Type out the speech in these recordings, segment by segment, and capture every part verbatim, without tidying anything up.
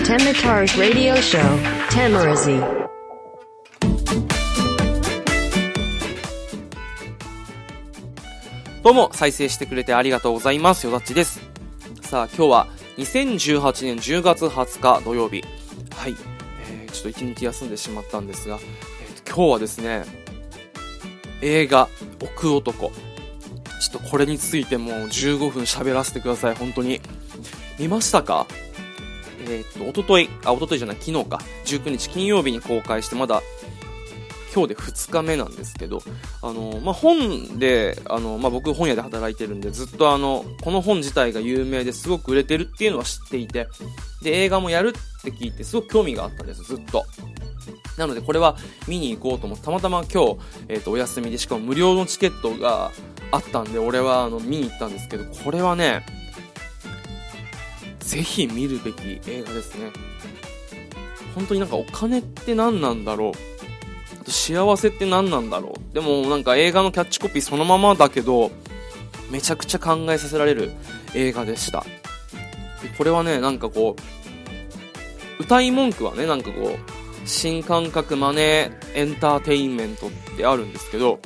Temitar's radio show, Tamarazi. どうも再生してくれてありがとうございます。よだっちです。さあ今日はにせんじゅうはちねんじゅうがつはつか土曜日。はい、えー、ちょっと一日休んでしまったんですが、えー、今日はですね、映画奥男、ちょっとこれについてもうじゅうごふん喋らせてください。本当に見ましたか？えー、っと一昨日あ一昨日じゃない昨日かじゅうくにち金曜日に公開してまだ今日でふつかめなんですけど、あの、まあ、本で、あの、まあ、僕本屋で働いてるんで、ずっとあの、この本自体が有名ですごく売れてるっていうのは知っていて、で、映画もやるって聞いてすごく興味があったんです、ずっと。なので、これは見に行こうと思って、たまたま今日、えっと、お休みで、しかも無料のチケットがあったんで、俺はあの、見に行ったんですけど、これはね、ぜひ見るべき映画ですね。本当になんかお金って何なんだろう。幸せって何なんだろう。でもなんか映画のキャッチコピーそのままだけどめちゃくちゃ考えさせられる映画でした。でこれはね、なんかこう歌い文句はね、なんかこう新感覚マネーエンターテインメントってあるんですけど、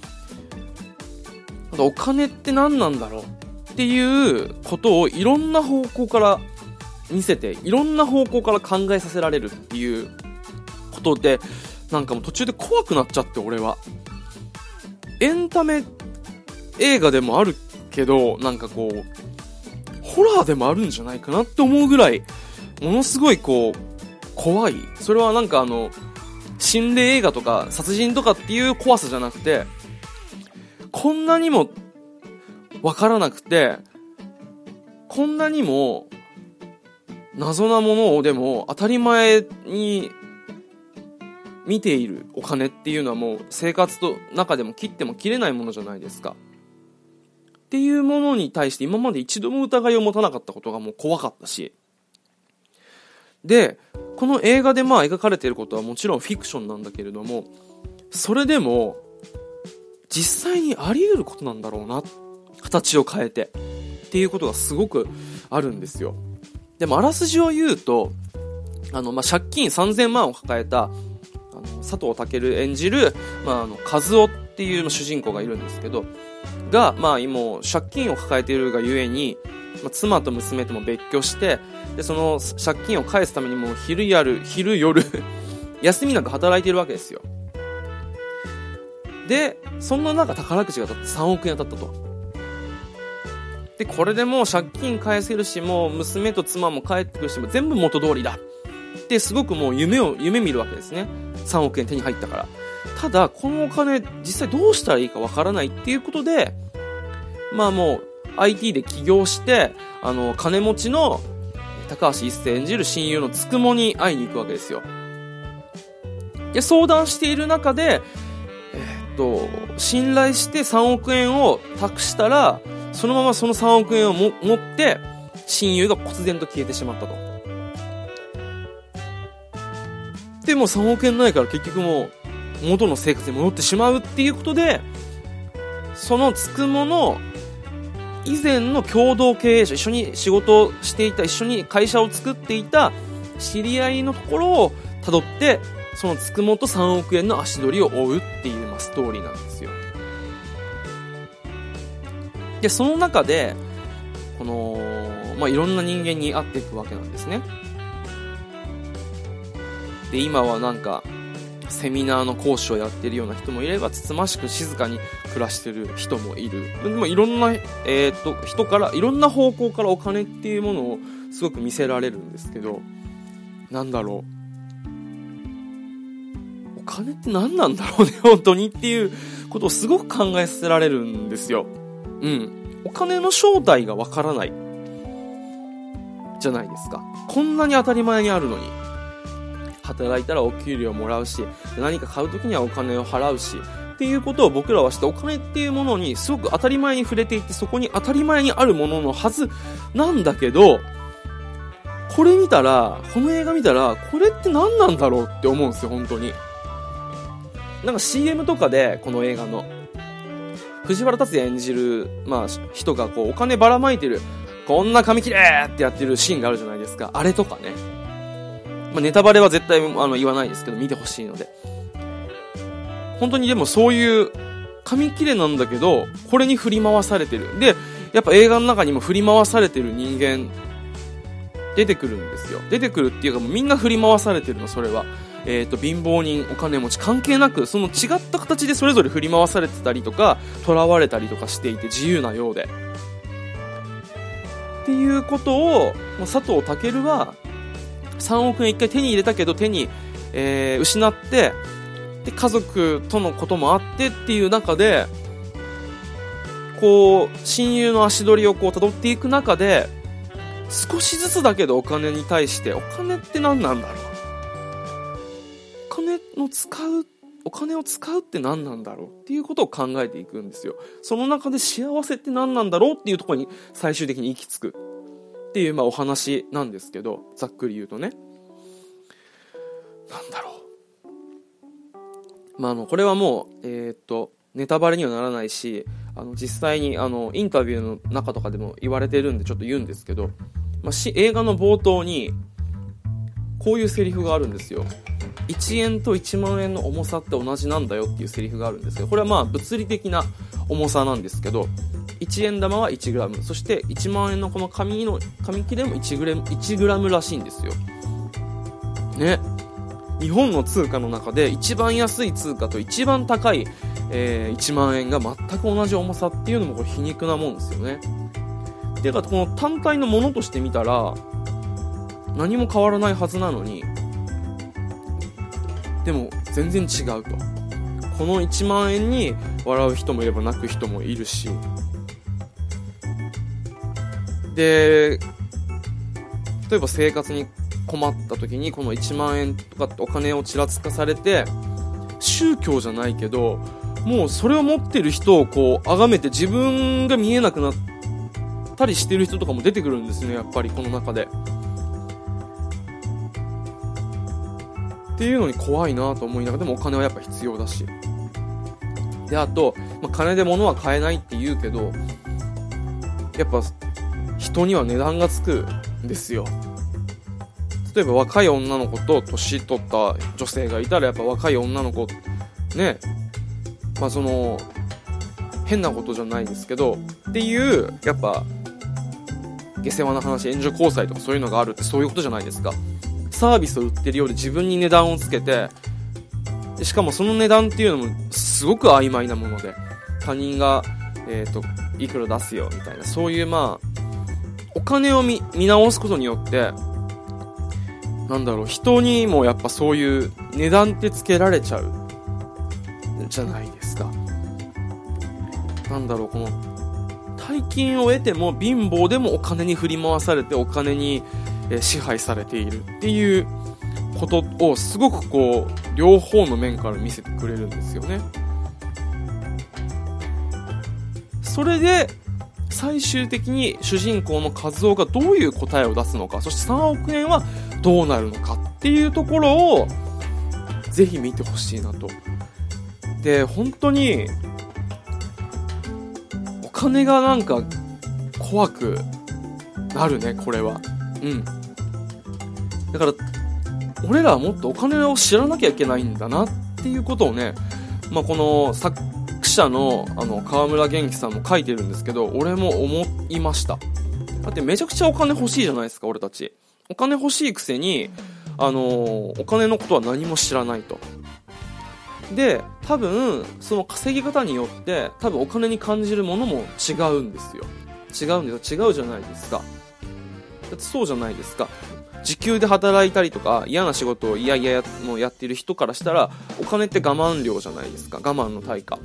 なんかお金って何なんだろうっていうことをいろんな方向から見せて、いろんな方向から考えさせられるっていうことで、なんかもう途中で怖くなっちゃって、俺はエンタメ映画でもあるけど、なんかこうホラーでもあるんじゃないかなって思うぐらいものすごいこう怖い。それはなんかあの心霊映画とか殺人とかっていう怖さじゃなくて、こんなにもわからなくて、こんなにも謎なものをでも当たり前に見ているお金っていうのはもう生活と中でも切っても切れないものじゃないですかっていうものに対して今まで一度も疑いを持たなかったことがもう怖かったし、でこの映画でまあ描かれていることはもちろんフィクションなんだけれども、それでも実際にあり得ることなんだろうな、形を変えてっていうことがすごくあるんですよ。でもあらすじを言うと、あのまあ借金さんぜんまんを抱えたあの佐藤健演じる、まあ、あの和夫っていう主人公がいるんですけど、が、まあ、今借金を抱えているがゆえに、まあ、妻と娘とも別居して、でその借金を返すためにもう昼やる昼夜休みなく働いているわけですよ。でそんな中宝くじが当たってさんおくえん当たったと。でこれでもう借金返せるし、もう娘と妻も帰ってくるし、もう全部元通りだってすごくもう夢を夢見るわけですね。さんおくえん手に入ったから。ただこのお金実際どうしたらいいかわからないっていうことで、まあもう アイティー で起業して、あの金持ちの高橋一生演じる親友のつくもに会いに行くわけですよ。で相談している中で、えー、っと信頼してさんおくえんを託したら、そのままそのさんおくえんをも持って親友が忽然と消えてしまったと。でもうさんおくえんないから結局もう元の生活に戻ってしまうっていうことで、そのつくもの以前の共同経営者、一緒に仕事をしていた、一緒に会社を作っていた知り合いのところを辿って、そのつくもとさんおくえんの足取りを追うっていう、まあ、ストーリーなんですよ。でその中でこの、まあ、いろんな人間に会っていくわけなんですね。で今はなんかセミナーの講師をやってるような人もいれば、つつましく静かに暮らしてる人もいる。でもいろんな、えー、っと人からいろんな方向からお金っていうものをすごく見せられるんですけど、なんだろう、お金って何なんだろうね本当にっていうことをすごく考えさせられるんですよ。うん、お金の正体がわからないじゃないですか。こんなに当たり前にあるのに。働いたらお給料もらうし、何か買うときにはお金を払うしっていうことを僕らはして、お金っていうものにすごく当たり前に触れていて、そこに当たり前にあるもののはずなんだけど、これ見たら、この映画見たら、これって何なんだろうって思うんですよ。本当になんか シーエム とかでこの映画の藤原竜也演じる、まあ、人がこうお金ばらまいてる、こんな紙切れってやってるシーンがあるじゃないですか。あれとかね、 まあ、ネタバレは絶対あの言わないですけど見てほしいので、本当にでもそういう紙切れなんだけどこれに振り回されてる。でやっぱ映画の中にも振り回されてる人間出てくるんですよ。出てくるっていうかもうみんな振り回されてるの。それはえっと貧乏人お金持ち関係なくその違った形でそれぞれ振り回されてたりとか囚われたりとかしていて自由なようでっていうことを佐藤健はさんおくえん一回手に入れたけど手に、えー、失ってで家族とのこともあってっていう中でこう親友の足取りをこう辿っていく中で少しずつだけどお金に対してお金って何なんだろう、お金の使うお金を使うって何なんだろうっていうことを考えていくんですよ。その中で幸せって何なんだろうっていうところに最終的に行き着くっていうまあお話なんですけど、ざっくり言うとね、なんだろう、まああのこれはもうえー、っとネタバレにはならないし、あの実際にあのインタビューの中とかでも言われてるんでちょっと言うんですけど、まあ、し映画の冒頭にこういうセリフがあるんですよ。いちえんといちまんえんの重さって同じなんだよっていうセリフがあるんですけど、これはまあ物理的な重さなんですけど、いちえん玉は いちグラム、そしていちまんえんのこの紙の紙切れも いちグラム、いちグラムらしいんですよね。日本の通貨の中で一番安い通貨と一番高い、えー、いちまんえんが全く同じ重さっていうのもこれ皮肉なもんですよね。でこの単体のものとして見たら何も変わらないはずなのに、でも全然違うと。このいちまんえんに笑う人もいれば泣く人もいるし、で例えば生活に困った時にこのいちまんえんとかってお金をちらつかされて、宗教じゃないけどもうそれを持ってる人をこう崇めて自分が見えなくなったりしてる人とかも出てくるんですね、やっぱりこの中で。っていうのに怖いなと思いながら、でもお金はやっぱ必要だし、であと、まあ、金で物は買えないって言うけどやっぱ人には値段がつくんですよ。例えば若い女の子と年取った女性がいたらやっぱ若い女の子ね、まあその変なことじゃないですけどっていうやっぱ下世話な話、援助交際とかそういうのがあるってそういうことじゃないですか。サービスを売ってるようで自分に値段をつけて、でしかもその値段っていうのもすごく曖昧なもので、他人がえっといくら出すよみたいな、そういうまあお金を 見, 見直すことによってなんだろう、人にもやっぱそういう値段ってつけられちゃうじゃないですか。なんだろう、この大金を得ても貧乏でもお金に振り回されてお金に支配されているっていうことをすごくこう両方の面から見せてくれるんですよね。それで最終的に主人公の和夫がどういう答えを出すのか、そしてさんおくえんはどうなるのかっていうところをぜひ見てほしいなと。で本当にお金がなんか怖くなるね、これは。うんだから俺らはもっとお金を知らなきゃいけないんだなっていうことをね、まあ、この作者のあの川村元気さんも書いてるんですけど、俺も思いました。だってめちゃくちゃお金欲しいじゃないですか、俺たち。お金欲しいくせにあのお金のことは何も知らないと。で多分その稼ぎ方によって多分お金に感じるものも違うんですよ。違うんですよ。違うじゃないですか。だってそうじゃないですか。時給で働いたりとか嫌な仕事をいやいややもうやってる人からしたらお金って我慢量じゃないですか。我慢の対価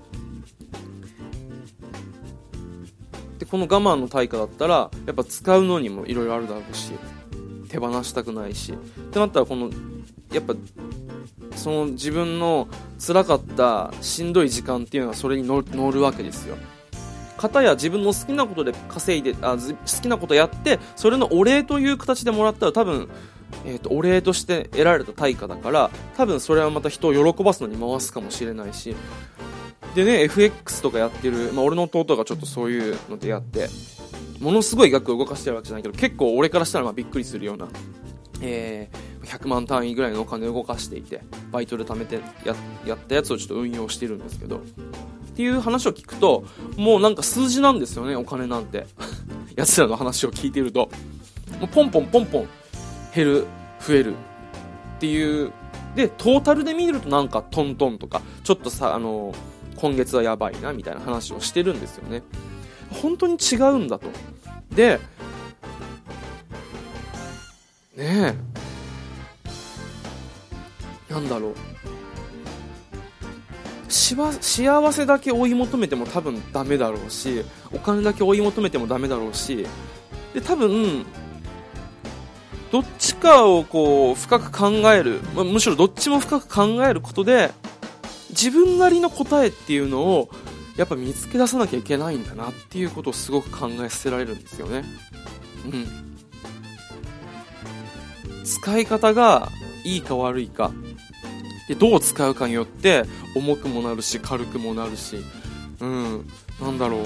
で、この我慢の対価だったらやっぱ使うのにもいろいろあるだろうし、手放したくないしってなったら、このやっぱその自分の辛かったしんどい時間っていうのはそれに乗る、乗るわけですよ。片や自分の好きなことで稼いであ好きなことやってそれのお礼という形でもらったら多分、えーと、お礼として得られた対価だから多分それはまた人を喜ばすのに回すかもしれないし、でね エフエックス とかやってる、まあ、俺の弟がちょっとそういうのでやってものすごい額を動かしてるわけじゃないけど結構俺からしたらまあびっくりするようなえー、ひゃくまん単位ぐらいのお金を動かしていて、バイトで貯めて や, やったやつをちょっと運用してるんですけど、っていう話を聞くと、もうなんか数字なんですよね、お金なんてやつらの話を聞いてると、もうポンポンポンポン減る、増えるっていう。でトータルで見るとなんかトントンとか、ちょっとさ、あの今月はやばいなみたいな話をしてるんですよね。本当に違うんだと。でねえ、なんだろう、しわ幸せだけ追い求めても多分ダメだろうし、お金だけ追い求めてもダメだろうし、で多分どっちかをこう深く考える、まあ、むしろどっちも深く考えることで自分なりの答えっていうのをやっぱ見つけ出さなきゃいけないんだなっていうことをすごく考えさせられるんですよね。うん。使い方がいいか悪いかで、どう使うかによって重くもなるし軽くもなるし、うん、なんだろう、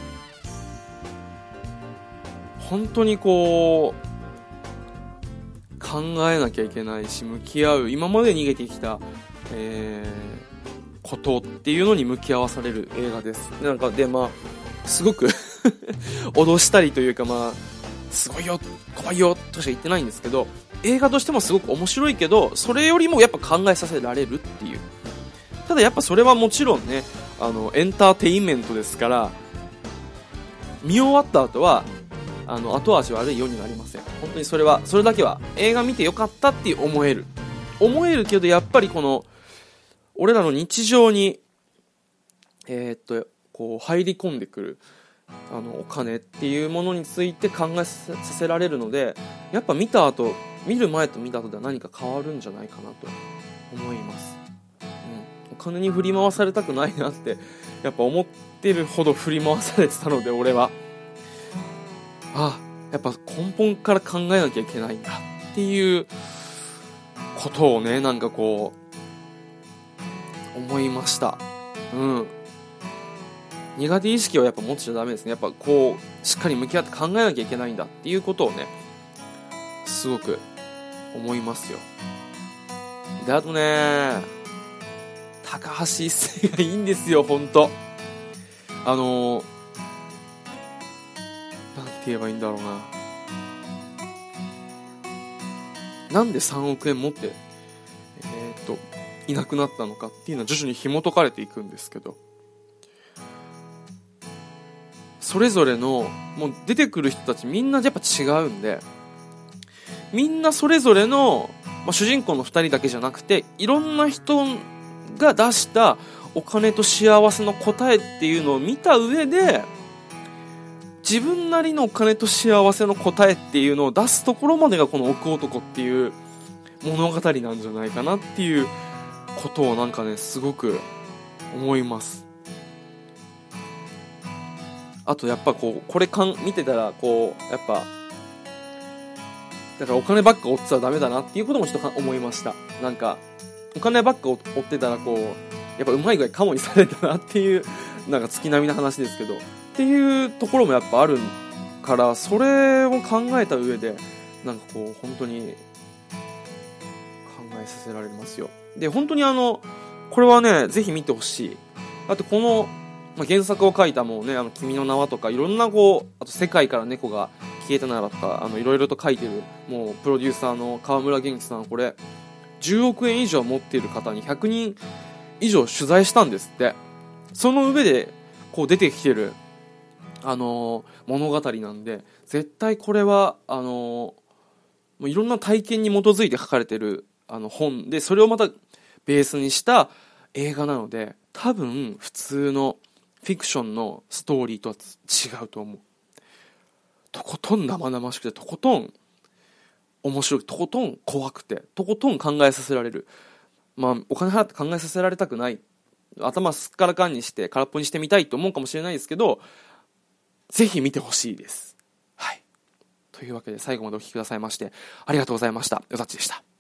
本当にこう考えなきゃいけないし、向き合う、今まで逃げてきた、えー、ことっていうのに向き合わされる映画です。でなんかでまあすごく脅したりというか、まあすごいよ怖いよとしか言ってないんですけど、映画としてもすごく面白いけど、それよりもやっぱ考えさせられるっていう。ただやっぱそれはもちろんね、あのエンターテインメントですから、見終わった後はあの後味悪いようになりません。本当にそれはそれだけは映画見てよかったって思える思えるけど、やっぱりこの俺らの日常にえー、っとこう入り込んでくるあのお金っていうものについて考えさせられるので、やっぱ見た後、見る前と見た後では何か変わるんじゃないかなと思います、うん、お金に振り回されたくないなってやっぱ思ってるほど振り回されてたので、俺はあやっぱ根本から考えなきゃいけないんだっていうことをね、なんかこう思いました。うん。苦手意識をやっぱ持っちゃダメですね。やっぱこうしっかり向き合って考えなきゃいけないんだっていうことをね、すごく思いますよ。であとね、高橋一生がいいんですよ、本当。あのーなんて言えばいいんだろうな。なんでさんおくえん持って、えー、っといなくなったのかっていうのは徐々に紐解かれていくんですけど、それぞれのもう出てくる人たちみんなやっぱ違うんで、みんなそれぞれの、まあ、主人公のふたりだけじゃなくて、いろんな人が出したお金と幸せの答えっていうのを見た上で、自分なりのお金と幸せの答えっていうのを出すところまでがこの奥男っていう物語なんじゃないかなっていうことをなんかね、すごく思います。あとやっぱこうこれかん見てたらこうやっぱだからお金ばっか追ってたらダメだなっていうこともちょっと思いました。なんかお金ばっか追ってたらこうやっぱうまい具合カモにされたなっていう、なんか月並みな話ですけどっていうところもやっぱあるから、それを考えた上でなんかこう本当に考えさせられますよ。で本当にあのこれはねぜひ見てほしい。あとこの、まあ、原作を書いたもうね、あの君の名はとかいろんなこう、あと世界から猫が消えたならとか、あのいろいろと書いてるもうプロデューサーの川村元気さん、これじゅうおくえん以上持っている方にひゃくにん以上取材したんですって。その上でこう出てきてるあのー、物語なんで、絶対これはあのー、もういろんな体験に基づいて書かれてるあの本で、それをまたベースにした映画なので、多分普通のフィクションのストーリーとは違うと思う。とことん生々しくて、とことん面白い、とことん怖くて、とことん考えさせられる。まあお金払って考えさせられたくない、頭すっからかんにして空っぽにしてみたいと思うかもしれないですけど、ぜひ見てほしいです。はい。というわけで最後までお聞きくださいましてありがとうございました。よざっちでした。